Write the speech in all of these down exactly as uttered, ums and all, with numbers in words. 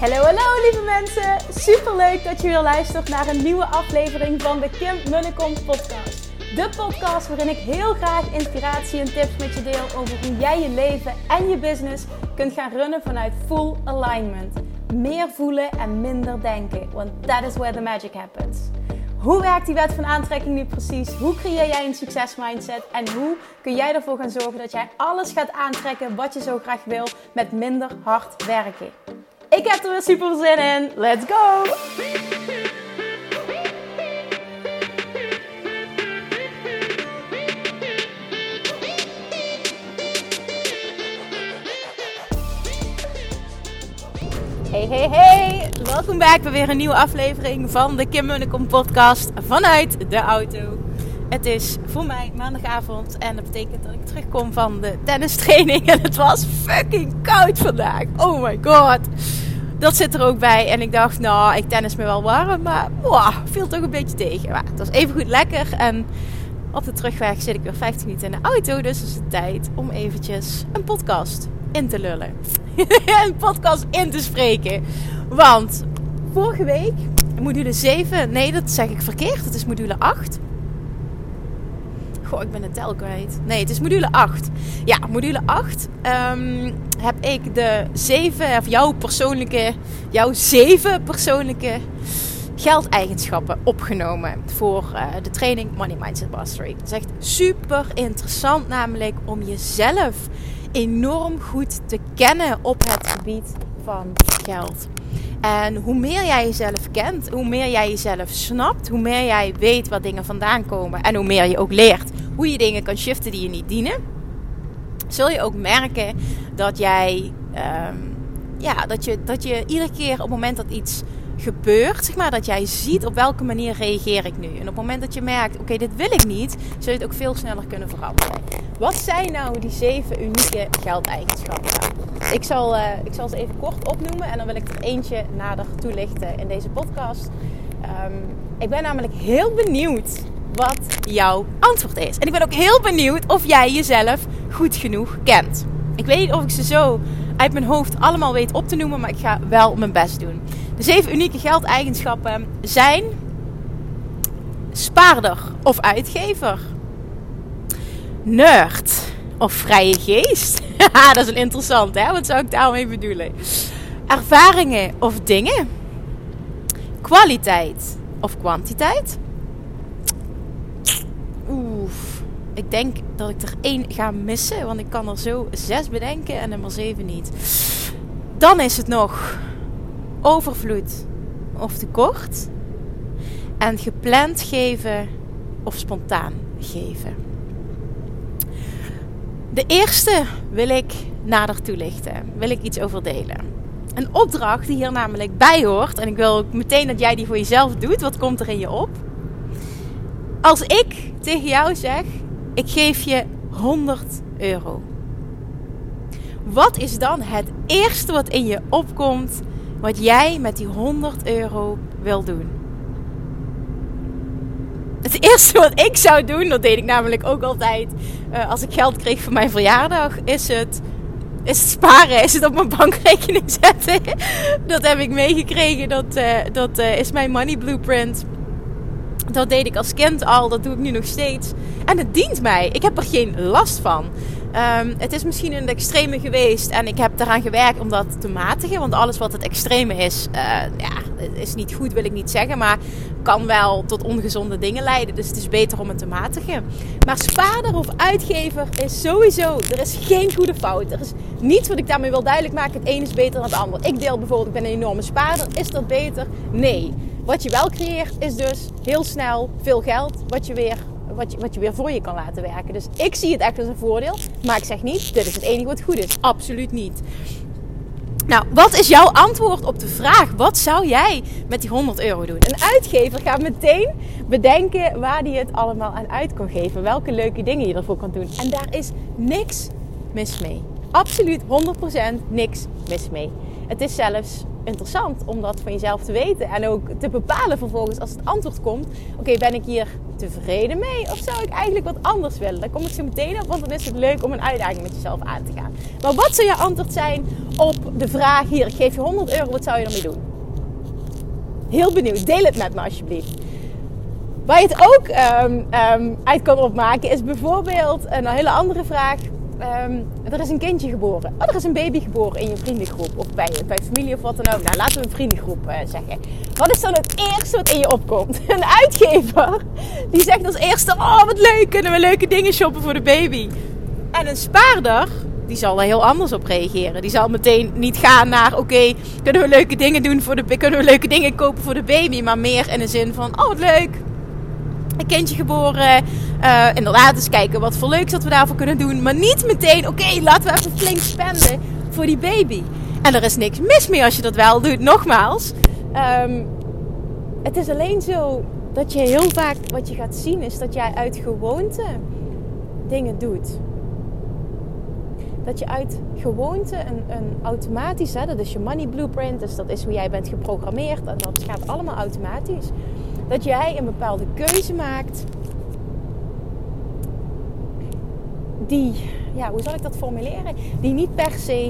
Hallo, hallo lieve mensen. Superleuk dat je weer luistert naar een nieuwe aflevering van de Kim Munnekom podcast. De podcast waarin ik heel graag inspiratie en tips met je deel over hoe jij je leven en je business kunt gaan runnen vanuit full alignment. Meer voelen en minder denken, want that is where the magic happens. Hoe werkt die wet van aantrekking nu precies? Hoe creëer jij een succesmindset? En hoe kun jij ervoor gaan zorgen dat jij alles gaat aantrekken wat je zo graag wil met minder hard werken? Ik heb er weer super zin in. Let's go! Hey, hey, hey! Welkom bij weer een nieuwe aflevering van de Kim Munnekom podcast vanuit de auto. Het is voor mij maandagavond en dat betekent dat ik terugkom van de tennistraining. En het was fucking koud vandaag. Oh my god. Dat zit er ook bij. En ik dacht, nou, ik tennis me wel warm, maar wow, viel toch een beetje tegen. Maar het was even goed lekker. En op de terugweg zit ik weer vijftien minuten in de auto. Dus het is de tijd om eventjes een podcast in te lullen. Een podcast in te spreken. Want vorige week, module zeven, nee, dat zeg ik verkeerd. Het is module acht. Goh, ik ben de tel kwijt. Nee, het is module acht. Ja, module acht um, heb ik de zeven, of jouw persoonlijke, jouw zeven persoonlijke geldeigenschappen opgenomen voor uh, de training Money Mindset Mastery. Het is echt super interessant namelijk om jezelf enorm goed te kennen op het gebied van geld. En hoe meer jij jezelf kent, hoe meer jij jezelf snapt, hoe meer jij weet waar dingen vandaan komen en hoe meer je ook leert hoe je dingen kan shiften die je niet dienen, zul je ook merken dat jij, um, ja, dat je, dat je iedere keer op het moment dat iets gebeurt, zeg maar, dat jij ziet op welke manier reageer ik nu. En op het moment dat je merkt, oké, okay, dit wil ik niet, zul je het ook veel sneller kunnen veranderen. Wat zijn nou die zeven unieke geldeigenschappen? Ik zal, uh, ik zal ze even kort opnoemen en dan wil ik er eentje nader toelichten in deze podcast. Um, ik ben namelijk heel benieuwd wat jouw antwoord is. En ik ben ook heel benieuwd of jij jezelf goed genoeg kent. Ik weet niet of ik ze zo uit mijn hoofd allemaal weet op te noemen, maar ik ga wel mijn best doen. De zeven unieke geldeigenschappen zijn spaarder of uitgever, nerd of vrije geest. Dat is een interessant, hè? Wat zou ik daarmee bedoelen? Ervaringen of dingen, kwaliteit of kwantiteit. Oeh, ik denk dat ik er één ga missen, want ik kan er zo zes bedenken en nummer zeven niet. Dan is het nog overvloed of tekort. En gepland geven of spontaan geven. De eerste wil ik nader toelichten. Wil ik iets over delen. Een opdracht die hier namelijk bij hoort. En ik wil ook meteen dat jij die voor jezelf doet. Wat komt er in je op? Als ik tegen jou zeg, ik geef je honderd euro. Wat is dan het eerste wat in je opkomt, wat jij met die honderd euro wil doen? Het eerste wat ik zou doen, dat deed ik namelijk ook altijd uh, als ik geld kreeg voor mijn verjaardag, is het, is het sparen, is het op mijn bankrekening zetten. Dat heb ik meegekregen, dat, uh, dat uh, is mijn money blueprint. Dat deed ik als kind al, dat doe ik nu nog steeds. En het dient mij, ik heb er geen last van. Um, het is misschien in het extreme geweest en ik heb eraan gewerkt om dat te matigen. Want alles wat het extreme is, uh, ja, is niet goed, wil ik niet zeggen. Maar kan wel tot ongezonde dingen leiden. Dus het is beter om het te matigen. Maar spaarder of uitgever is sowieso, er is geen goede fout. Er is niets wat ik daarmee wil duidelijk maken. Het een is beter dan het ander. Ik deel bijvoorbeeld, ik ben een enorme spaarder. Is dat beter? Nee. Wat je wel creëert is dus heel snel veel geld wat je weer... Wat je, wat je weer voor je kan laten werken. Dus ik zie het echt als een voordeel. Maar ik zeg niet, dit is het enige wat goed is. Absoluut niet. Nou, wat is jouw antwoord op de vraag? Wat zou jij met die honderd euro doen? Een uitgever gaat meteen bedenken waar hij het allemaal aan uit kan geven. Welke leuke dingen je ervoor kan doen. En daar is niks mis mee. Absoluut honderd procent niks mis mee. Het is zelfs interessant om dat van jezelf te weten. En ook te bepalen vervolgens als het antwoord komt. Oké, okay, ben ik hier tevreden mee? Of zou ik eigenlijk wat anders willen? Daar kom ik zo meteen op, want dan is het leuk om een uitdaging met jezelf aan te gaan. Maar wat zou je antwoord zijn op de vraag: hier, ik geef je honderd euro, wat zou je ermee doen? Heel benieuwd, deel het met me alsjeblieft. Waar je het ook um, um, uit kan opmaken is bijvoorbeeld een hele andere vraag. Um, er is een kindje geboren. Oh, er is een baby geboren in je vriendengroep. Of bij, bij familie of wat dan ook. Nou, laten we een vriendengroep uh, zeggen. Wat is dan het eerste wat in je opkomt? Een uitgever die zegt als eerste: oh, wat leuk, kunnen we leuke dingen shoppen voor de baby. En een spaarder, die zal er heel anders op reageren. Die zal meteen niet gaan naar: oké, okay, kunnen we leuke dingen doen voor de, kunnen we leuke dingen kopen voor de baby. Maar meer in de zin van: oh, wat leuk. Een kindje geboren. Uh, inderdaad, eens kijken wat voor leuks dat we daarvoor kunnen doen. Maar niet meteen: oké, okay, laten we even flink spenden voor die baby. En er is niks mis mee als je dat wel doet. Nogmaals. Um, het is alleen zo dat je heel vaak wat je gaat zien is dat jij uit gewoonte dingen doet. Dat je uit gewoonte een, een automatisch, hè, dat is je money blueprint. Dus dat is hoe jij bent geprogrammeerd. En dat gaat allemaal automatisch. Dat jij een bepaalde keuze maakt die, ja, hoe zal ik dat formuleren? Die niet per se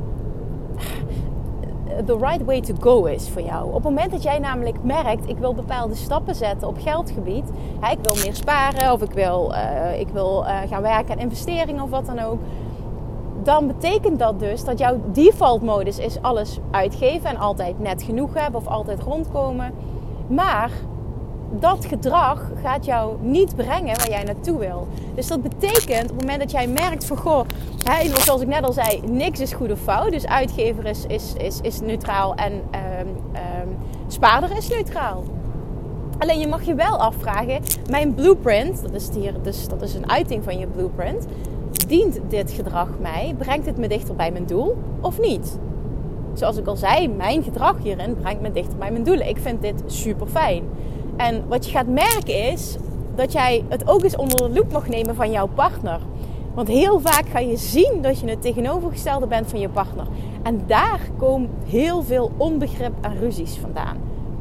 the right way to go is voor jou. Op het moment dat jij namelijk merkt: ik wil bepaalde stappen zetten op geldgebied. Hè, ik wil meer sparen of ik wil, uh, ik wil uh, gaan werken aan investeringen of wat dan ook. Dan betekent dat dus dat jouw default modus is alles uitgeven en altijd net genoeg hebben of altijd rondkomen. Maar dat gedrag gaat jou niet brengen waar jij naartoe wil. Dus dat betekent op het moment dat jij merkt van: goh, hè, zoals ik net al zei, niks is goed of fout. Dus uitgever is, is, is, is neutraal en um, um, spaarder is neutraal. Alleen je mag je wel afvragen: mijn blueprint, dat is, hier, dus, dat is een uiting van je blueprint. Dient dit gedrag mij? Brengt het me dichter bij mijn doel of niet? Zoals ik al zei, mijn gedrag hierin brengt me dichter bij mijn doelen. Ik vind dit super fijn. En wat je gaat merken is dat jij het ook eens onder de loep mag nemen van jouw partner. Want heel vaak ga je zien dat je het tegenovergestelde bent van je partner. En daar komen heel veel onbegrip en ruzies vandaan.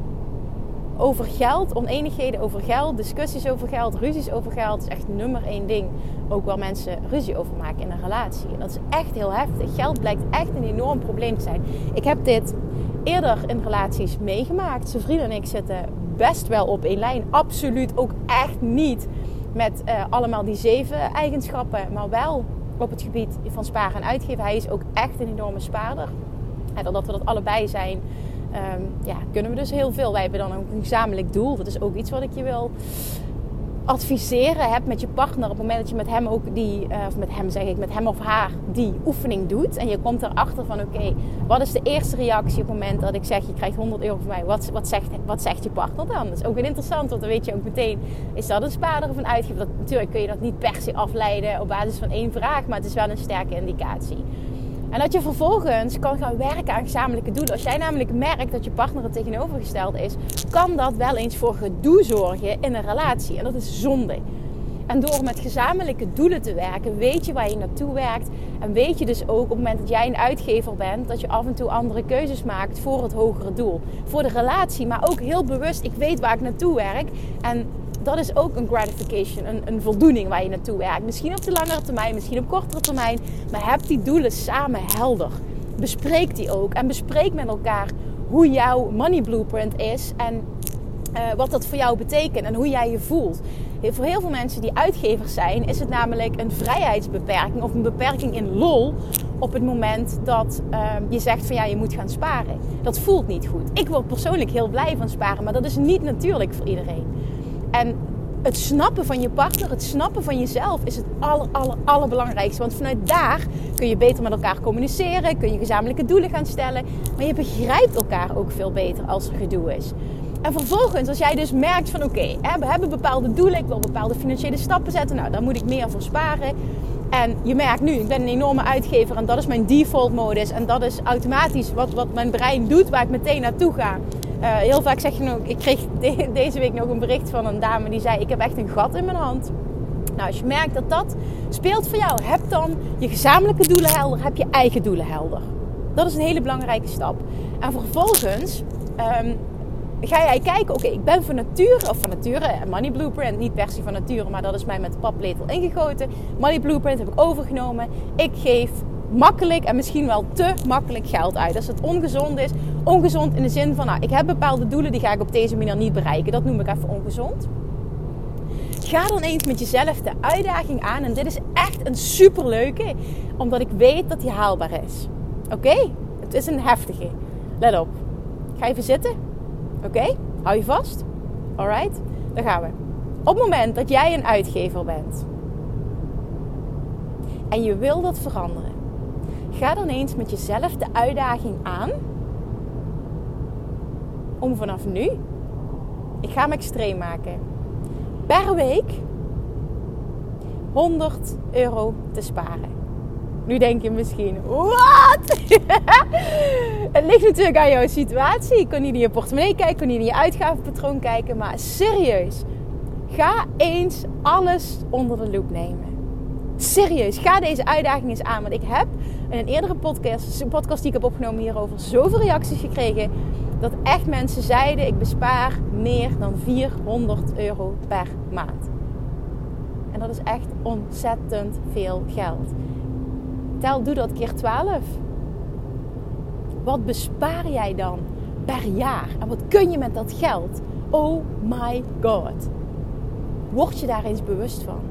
Over geld, oneenigheden over geld, discussies over geld, ruzies over geld is echt nummer één ding. Ook waar mensen ruzie over maken in een relatie. En dat is echt heel heftig. Geld blijkt echt een enorm probleem te zijn. Ik heb dit eerder in relaties meegemaakt. Zijn vrienden en ik zitten best wel op één lijn. Absoluut ook echt niet met uh, allemaal die zeven eigenschappen. Maar wel op het gebied van sparen en uitgeven. Hij is ook echt een enorme spaarder. En doordat we dat allebei zijn, um, ja, kunnen we dus heel veel. Wij hebben dan ook een gezamenlijk doel. Dat is ook iets wat ik je wil adviseren. Heb met je partner op het moment dat je met hem ook die, uh, of met hem zeg ik, met hem of haar die oefening doet. En je komt erachter van: oké, okay, wat is de eerste reactie op het moment dat ik zeg: je krijgt honderd euro van mij. Wat, wat, zegt, wat zegt je partner dan? Dat is ook een interessant, want dan weet je ook meteen: is dat een spaarder of een uitgever? Dat, natuurlijk kun je dat niet per se afleiden op basis van één vraag, maar het is wel een sterke indicatie. En dat je vervolgens kan gaan werken aan gezamenlijke doelen. Als jij namelijk merkt dat je partner het tegenovergesteld is, kan dat wel eens voor gedoe zorgen in een relatie. En dat is zonde. En door met gezamenlijke doelen te werken, weet je waar je naartoe werkt. En weet je dus ook op het moment dat jij een uitgever bent, dat je af en toe andere keuzes maakt voor het hogere doel. Voor de relatie, maar ook heel bewust: ik weet waar ik naartoe werk. En dat is ook een gratification, een, een voldoening waar je naartoe werkt. Misschien op de langere termijn, misschien op kortere termijn. Maar heb die doelen samen helder. Bespreek die ook. En bespreek met elkaar hoe jouw money blueprint is. En uh, wat dat voor jou betekent. En hoe jij je voelt. Voor heel veel mensen die uitgevers zijn, is het namelijk een vrijheidsbeperking. Of een beperking in lol. Op het moment dat uh, je zegt van ja, je moet gaan sparen. Dat voelt niet goed. Ik word persoonlijk heel blij van sparen. Maar dat is niet natuurlijk voor iedereen. En het snappen van je partner, het snappen van jezelf is het aller, aller, allerbelangrijkste. Want vanuit daar kun je beter met elkaar communiceren, kun je gezamenlijke doelen gaan stellen. Maar je begrijpt elkaar ook veel beter als er gedoe is. En vervolgens, als jij dus merkt van oké, okay, we hebben bepaalde doelen, ik wil bepaalde financiële stappen zetten. Nou, daar moet ik meer voor sparen. En je merkt nu, ik ben een enorme uitgever en dat is mijn default modus. En dat is automatisch wat, wat mijn brein doet, waar ik meteen naartoe ga. Uh, heel vaak zeg je nog, ik kreeg de, deze week nog een bericht van een dame die zei: ik heb echt een gat in mijn hand. Nou, als je merkt dat dat speelt voor jou, heb dan je gezamenlijke doelen helder, heb je eigen doelen helder. Dat is een hele belangrijke stap. En vervolgens um, ga jij kijken, oké, okay, ik ben van nature, of van nature, Money Blueprint, niet per se van nature, maar dat is mij met de paplepel ingegoten. Money Blueprint heb ik overgenomen. Ik geef makkelijk en misschien wel te makkelijk geld uit. Als het ongezond is, ongezond in de zin van, nou, ik heb bepaalde doelen, die ga ik op deze manier niet bereiken. Dat noem ik even ongezond. Ga dan eens met jezelf de uitdaging aan. En dit is echt een superleuke, omdat ik weet dat die haalbaar is. Oké? Okay? Het is een heftige. Let op. Ga even zitten. Oké? Okay? Hou je vast. Alright? Dan gaan we. Op het moment dat jij een uitgever bent en je wil dat veranderen, ga dan eens met jezelf de uitdaging aan om vanaf nu, ik ga hem extreem maken, per week honderd euro te sparen. Nu denk je misschien, wat? Het ligt natuurlijk aan jouw situatie. Je kan niet in je portemonnee kijken, je kan niet in je uitgavenpatroon kijken. Maar serieus, ga eens alles onder de loep nemen. Serieus, ga deze uitdaging eens aan. Want ik heb in een eerdere podcast, een podcast die ik heb opgenomen hierover, zoveel reacties gekregen, dat echt mensen zeiden, ik bespaar meer dan vierhonderd euro per maand. En dat is echt ontzettend veel geld. Tel, doe dat keer twaalf. Wat bespaar jij dan per jaar? En wat kun je met dat geld? Oh my god. Word je daar eens bewust van?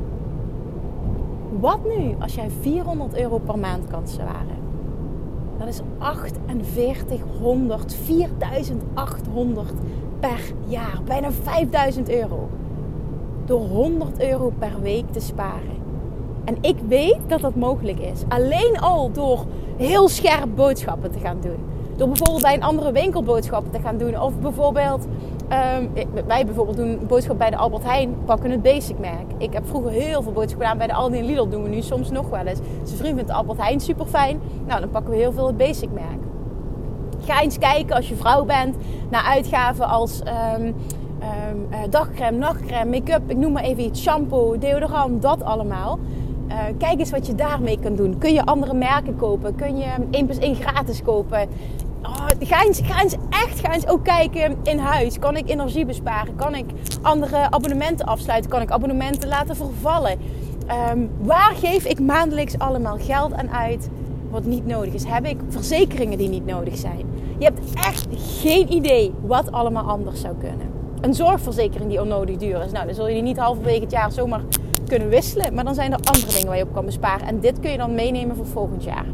Wat nu als jij vierhonderd euro per maand kan sparen? Dat is achtenveertighonderd, vierduizend achthonderd per jaar. Bijna vijfduizend euro. Door honderd euro per week te sparen. En ik weet dat dat mogelijk is. Alleen al door heel scherp boodschappen te gaan doen. Door bijvoorbeeld bij een andere winkel boodschappen te gaan doen. Of bijvoorbeeld, um, wij bijvoorbeeld doen boodschap bij de Albert Heijn. Pakken het Basic merk. Ik heb vroeger heel veel boodschappen gedaan bij de Aldi en Lidl. Doen we nu soms nog wel eens. Zijn vriend vindt de Albert Heijn super fijn. Nou, dan pakken we heel veel het Basic merk. Ga eens kijken als je vrouw bent naar uitgaven als um, um, uh, dagcreme, nachtcreme, make-up. Ik noem maar even iets. Shampoo, deodorant, dat allemaal. Uh, kijk eens wat je daarmee kan doen. Kun je andere merken kopen? Kun je één plus één gratis kopen? Oh, ga, eens, ga eens echt ga eens ook kijken in huis. Kan ik energie besparen? Kan ik andere abonnementen afsluiten? Kan ik abonnementen laten vervallen? Um, waar geef ik maandelijks allemaal geld aan uit wat niet nodig is? Heb ik verzekeringen die niet nodig zijn? Je hebt echt geen idee wat allemaal anders zou kunnen. Een zorgverzekering die onnodig duur is. Nou, dan zul je die niet halverwege het jaar zomaar kunnen wisselen. Maar dan zijn er andere dingen waar je op kan besparen. En dit kun je dan meenemen voor volgend jaar.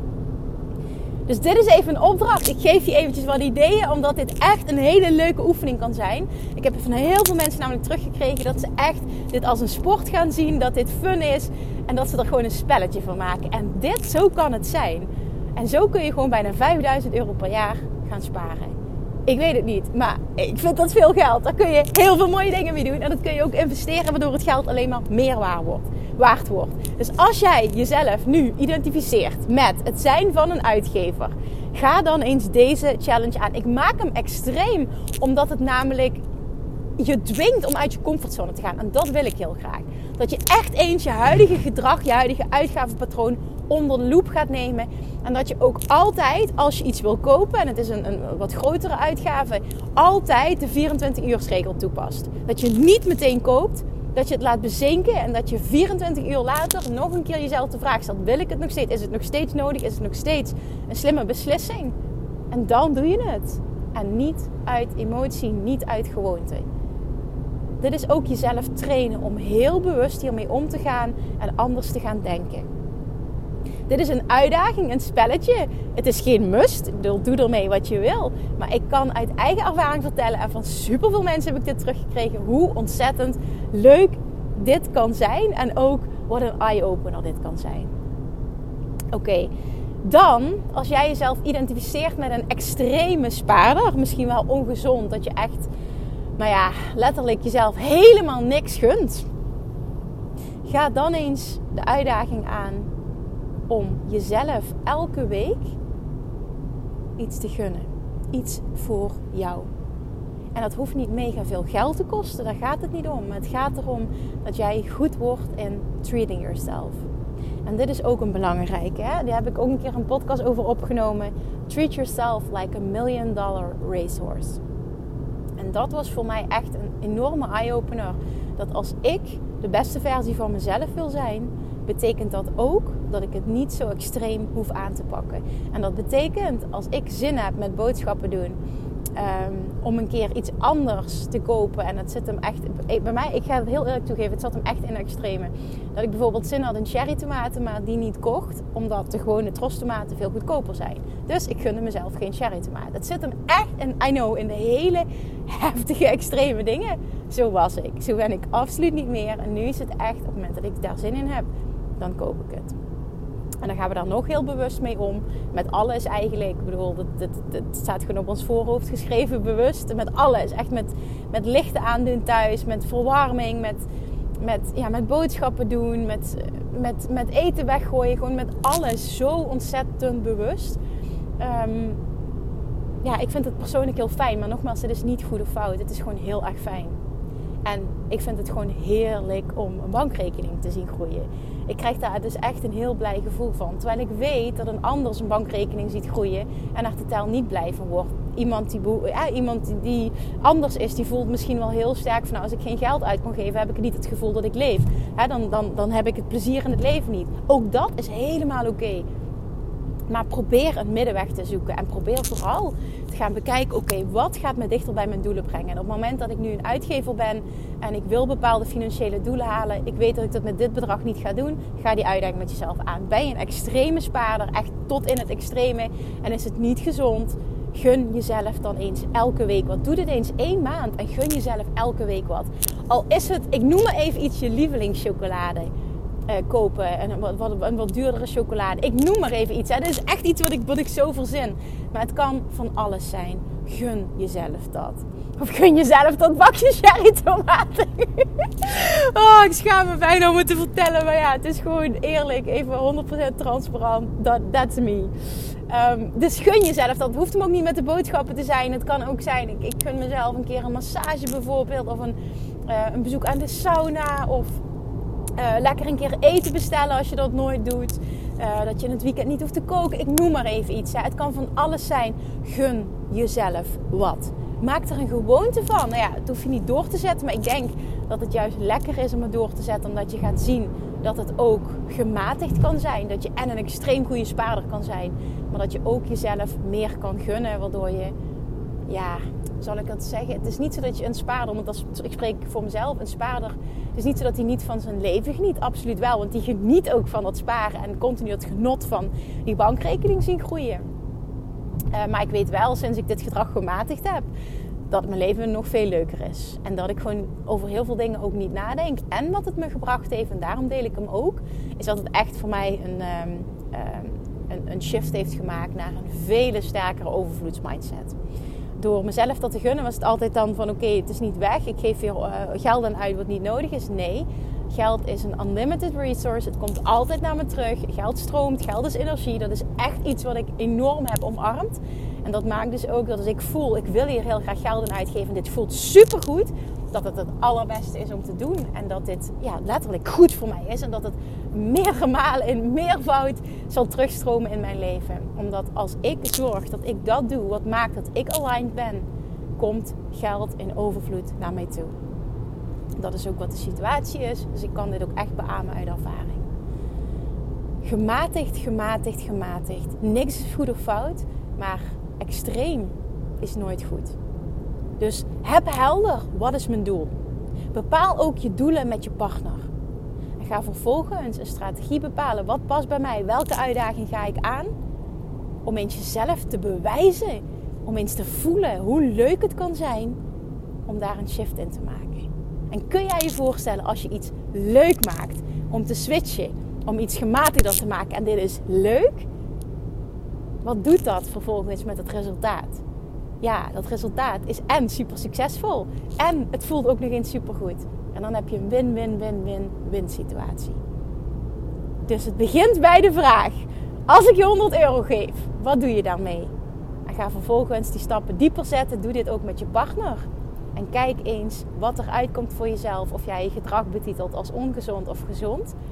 Dus dit is even een opdracht. Ik geef je eventjes wat ideeën. Omdat dit echt een hele leuke oefening kan zijn. Ik heb van heel veel mensen namelijk teruggekregen. Dat ze echt dit als een sport gaan zien. Dat dit fun is. En dat ze er gewoon een spelletje van maken. En dit, zo kan het zijn. En zo kun je gewoon bijna vijfduizend euro per jaar gaan sparen. Ik weet het niet, maar ik vind dat veel geld. Daar kun je heel veel mooie dingen mee doen. En dat kun je ook investeren, waardoor het geld alleen maar meer waard wordt. Waard wordt. Dus als jij jezelf nu identificeert met het zijn van een uitgever, ga dan eens deze challenge aan. Ik maak hem extreem, omdat het namelijk je dwingt om uit je comfortzone te gaan. En dat wil ik heel graag. Dat je echt eens je huidige gedrag, je huidige uitgavenpatroon onder de loep gaat nemen. En dat je ook altijd, als je iets wil kopen, en het is een, een wat grotere uitgave, altijd de vierentwintig-uursregel toepast. Dat je niet meteen koopt, dat je het laat bezinken en dat je vierentwintig uur later nog een keer jezelf de vraag stelt: wil ik het nog steeds? Is het nog steeds nodig? Is het nog steeds een slimme beslissing? En dan doe je het. En niet uit emotie, niet uit gewoonte. Dit is ook jezelf trainen om heel bewust hiermee om te gaan en anders te gaan denken. Dit is een uitdaging, een spelletje. Het is geen must. Ik bedoel, doe ermee wat je wil. Maar ik kan uit eigen ervaring vertellen, en van superveel mensen heb ik dit teruggekregen, hoe ontzettend leuk dit kan zijn. En ook wat een eye-opener dit kan zijn. Oké, okay. Dan, als jij jezelf identificeert met een extreme spaarder, misschien wel ongezond, dat je echt, nou ja, letterlijk jezelf helemaal niks gunt. Ga dan eens de uitdaging aan om jezelf elke week iets te gunnen. Iets voor jou. En dat hoeft niet mega veel geld te kosten. Daar gaat het niet om. Maar het gaat erom dat jij goed wordt in treating yourself. En dit is ook een belangrijke. Hè? Daar heb ik ook een keer een podcast over opgenomen. Treat yourself like a million dollar racehorse. En dat was voor mij echt een enorme eye-opener. Dat als ik de beste versie van mezelf wil zijn, betekent dat ook dat ik het niet zo extreem hoef aan te pakken. En dat betekent, als ik zin heb met boodschappen doen, um, om een keer iets anders te kopen. En dat zit hem echt, bij mij, ik ga het heel eerlijk toegeven, het zat hem echt in de extreme. Dat ik bijvoorbeeld zin had in cherry tomaten, maar die niet kocht, omdat de gewone trostomaten veel goedkoper zijn. Dus ik gunde mezelf geen cherry tomaten. Het zit hem echt, in, I know, in de hele heftige extreme dingen. Zo was ik. Zo ben ik absoluut niet meer. En nu is het echt, op het moment dat ik daar zin in heb, dan koop ik het. En dan gaan we daar nog heel bewust mee om. Met alles eigenlijk. Ik bedoel, het staat gewoon op ons voorhoofd geschreven, bewust. Met alles. Echt met, met lichten aandoen thuis. Met verwarming. Met, met, ja, met boodschappen doen. Met, met, met eten weggooien. Gewoon met alles. Zo ontzettend bewust. Um, ja, ik vind het persoonlijk heel fijn. Maar nogmaals, het is niet goed of fout. Het is gewoon heel erg fijn. En ik vind het gewoon heerlijk om een bankrekening te zien groeien. Ik krijg daar dus echt een heel blij gevoel van. Terwijl ik weet dat een ander zijn bankrekening ziet groeien en er totaal niet blij van wordt. Iemand die, ja, iemand die anders is, die voelt misschien wel heel sterk van... Nou, als ik geen geld uit kan geven, heb ik niet het gevoel dat ik leef. Hè, dan, dan, dan heb ik het plezier in het leven niet. Ook dat is helemaal oké. Okay. Maar probeer een middenweg te zoeken. En probeer vooral te gaan bekijken... Oké, okay, wat gaat me dichter bij mijn doelen brengen? En op het moment dat ik nu een uitgever ben... En ik wil bepaalde financiële doelen halen... Ik weet dat ik dat met dit bedrag niet ga doen. Ga die uitdaging met jezelf aan. Ben je een extreme spaarder? Echt tot in het extreme. En is het niet gezond? Gun jezelf dan eens elke week wat. Doe dit eens één maand. En gun jezelf elke week wat. Al is het... Ik noem maar even iets je lievelingschocolade... Uh, kopen en wat, wat, een wat duurdere chocolade. Ik noem maar even iets. Hè. Dit is echt iets wat ik, wat ik zo verzin. Maar het kan van alles zijn. Gun jezelf dat. Of gun jezelf dat bakje cherry tomaten. Oh, ik schaam me bijna om het te vertellen. Maar ja, het is gewoon eerlijk. Even honderd procent transparant. That, that's me. Um, dus gun jezelf dat. Het hoeft hem ook niet met de boodschappen te zijn. Het kan ook zijn. Ik, ik gun mezelf een keer een massage bijvoorbeeld. Of een, uh, een bezoek aan de sauna. Of... Uh, lekker een keer eten bestellen als je dat nooit doet. Uh, dat je in het weekend niet hoeft te koken. Ik noem maar even iets. Hè. Het kan van alles zijn. Gun jezelf wat. Maak er een gewoonte van. Nou ja, het hoef je niet door te zetten. Maar ik denk dat het juist lekker is om het door te zetten. Omdat je gaat zien dat het ook gematigd kan zijn. Dat je en een extreem goede spaarder kan zijn. Maar dat je ook jezelf meer kan gunnen. Waardoor je... Ja, zal ik dat zeggen? Het is niet zo dat je een spaarder, want als, ik spreek voor mezelf, een spaarder, het is niet zo dat hij niet van zijn leven geniet. Absoluut wel, want die geniet ook van dat sparen en continu het genot van die bankrekening zien groeien. Uh, maar ik weet wel, sinds ik dit gedrag gematigd heb, dat mijn leven nog veel leuker is. En dat ik gewoon over heel veel dingen ook niet nadenk. En wat het me gebracht heeft, en daarom deel ik hem ook, is dat het echt voor mij een, um, um, een, een shift heeft gemaakt naar een veel sterkere overvloedsmindset. Door mezelf dat te gunnen was het altijd dan van oké, okay, het is niet weg. Ik geef weer uh, geld aan uit wat niet nodig is. Nee, geld is een unlimited resource. Het komt altijd naar me terug. Geld stroomt, geld is energie. Dat is echt iets wat ik enorm heb omarmd. En dat maakt dus ook dat als ik voel, ik wil hier heel graag geld aan uitgeven. En dit voelt supergoed. Dat het het allerbeste is om te doen. En dat dit ja, letterlijk goed voor mij is. En dat het meerdere malen in meervoud zal terugstromen in mijn leven. Omdat als ik zorg dat ik dat doe, wat maakt dat ik aligned ben, komt geld in overvloed naar mij toe. Dat is ook wat de situatie is. Dus ik kan dit ook echt beamen uit ervaring. Gematigd, gematigd, gematigd. Niks is goed of fout. Maar extreem is nooit goed. Dus heb helder, wat is mijn doel? Bepaal ook je doelen met je partner. En ga vervolgens een strategie bepalen. Wat past bij mij? Welke uitdaging ga ik aan? Om eens jezelf te bewijzen. Om eens te voelen hoe leuk het kan zijn om daar een shift in te maken. En kun jij je voorstellen als je iets leuk maakt om te switchen, om iets gematigder te maken en dit is leuk? Wat doet dat vervolgens met het resultaat? Ja, dat resultaat is en super succesvol. En het voelt ook nog eens super goed. En dan heb je een win-win-win-win-win situatie. Dus het begint bij de vraag. Als ik je honderd euro geef, wat doe je daarmee? En ga vervolgens die stappen dieper zetten. Doe dit ook met je partner. En kijk eens wat er uitkomt voor jezelf. Of jij je gedrag betitelt als ongezond of gezond.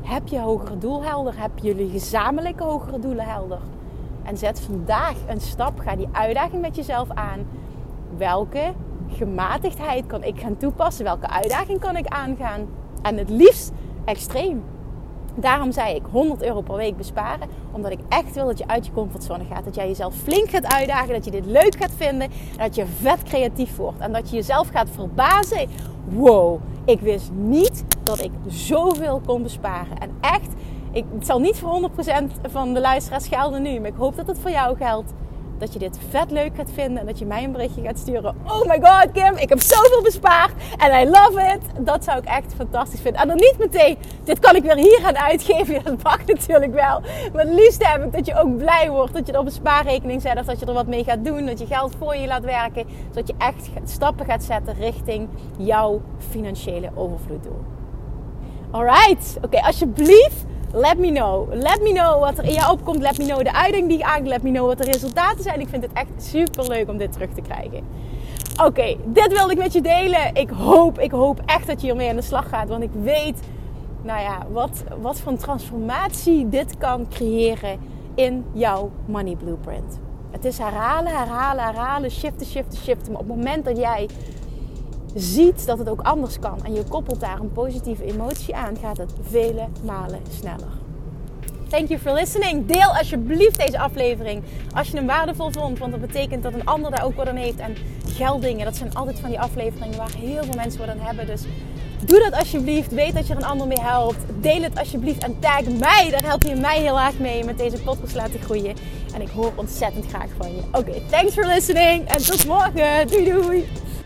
Heb je hogere doel helder? Heb je jullie gezamenlijke hogere doelen helder? En zet vandaag een stap. Ga die uitdaging met jezelf aan. Welke gematigdheid kan ik gaan toepassen? Welke uitdaging kan ik aangaan? En het liefst extreem. Daarom zei ik honderd euro per week besparen. Omdat ik echt wil dat je uit je comfortzone gaat. Dat jij jezelf flink gaat uitdagen. Dat je dit leuk gaat vinden. En dat je vet creatief wordt. En dat je jezelf gaat verbazen. Wow, ik wist niet dat ik zoveel kon besparen. En echt, ik, het zal niet voor honderd procent van de luisteraars gelden nu. Maar ik hoop dat het voor jou geldt. Dat je dit vet leuk gaat vinden. En dat je mij een berichtje gaat sturen. Oh my god Kim, ik heb zoveel bespaard. En I love it. Dat zou ik echt fantastisch vinden. En dan niet meteen, dit kan ik weer hier gaan uitgeven. Dat mag natuurlijk wel. Maar het liefst heb ik dat je ook blij wordt. Dat je er op een spaarrekening zet. Of dat je er wat mee gaat doen. Dat je geld voor je laat werken. Zodat je echt stappen gaat zetten richting jouw financiële overvloeddoel. Alright. Oké, okay, alsjeblieft. Let me know. Let me know wat er in jou opkomt. Let me know de uitdaging die je aankomt. Let me know wat de resultaten zijn. Ik vind het echt super leuk om dit terug te krijgen. Oké, okay, dit wilde ik met je delen. Ik hoop, ik hoop echt dat je hiermee aan de slag gaat. Want ik weet, nou ja, wat, wat voor een transformatie dit kan creëren in jouw money blueprint. Het is herhalen, herhalen, herhalen. Shiften, shiften, shiften. Maar op het moment dat jij ziet dat het ook anders kan en je koppelt daar een positieve emotie aan, gaat het vele malen sneller. Thank you for listening. Deel alsjeblieft deze aflevering als je hem waardevol vond, want dat betekent dat een ander daar ook wat aan heeft. En gelddingen, dat zijn altijd van die afleveringen waar heel veel mensen wat aan hebben. Dus doe dat alsjeblieft. Weet dat je er een ander mee helpt. Deel het alsjeblieft en tag mij. Daar help je mij heel erg mee met deze podcast laten groeien. En ik hoor ontzettend graag van je. Oké, okay, thanks for listening en tot morgen. Doei doei.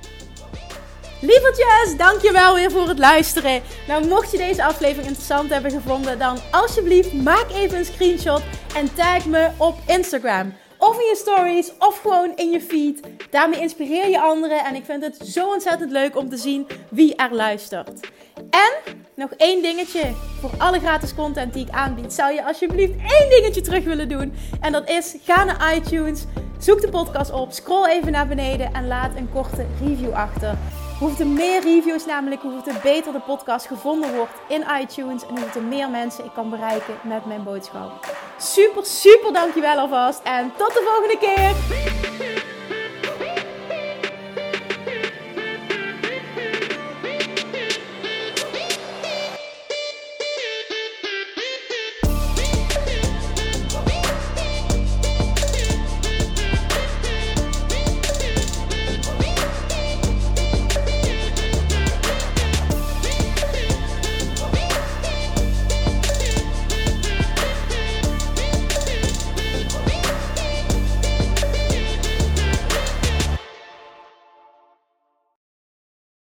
Lievertjes, dankjewel weer voor het luisteren. Nou, mocht je deze aflevering interessant hebben gevonden, dan alsjeblieft maak even een screenshot en tag me op Instagram. Of in je stories, of gewoon in je feed. Daarmee inspireer je anderen en ik vind het zo ontzettend leuk om te zien wie er luistert. En nog één dingetje voor alle gratis content die ik aanbied. Zou je alsjeblieft één dingetje terug willen doen? En dat is, ga naar iTunes, zoek de podcast op, scroll even naar beneden en laat een korte review achter. Hoe er meer reviews namelijk, hoe het beter de podcast gevonden wordt in iTunes. En hoe er meer mensen ik kan bereiken met mijn boodschap. Super, super dankjewel alvast. En tot de volgende keer.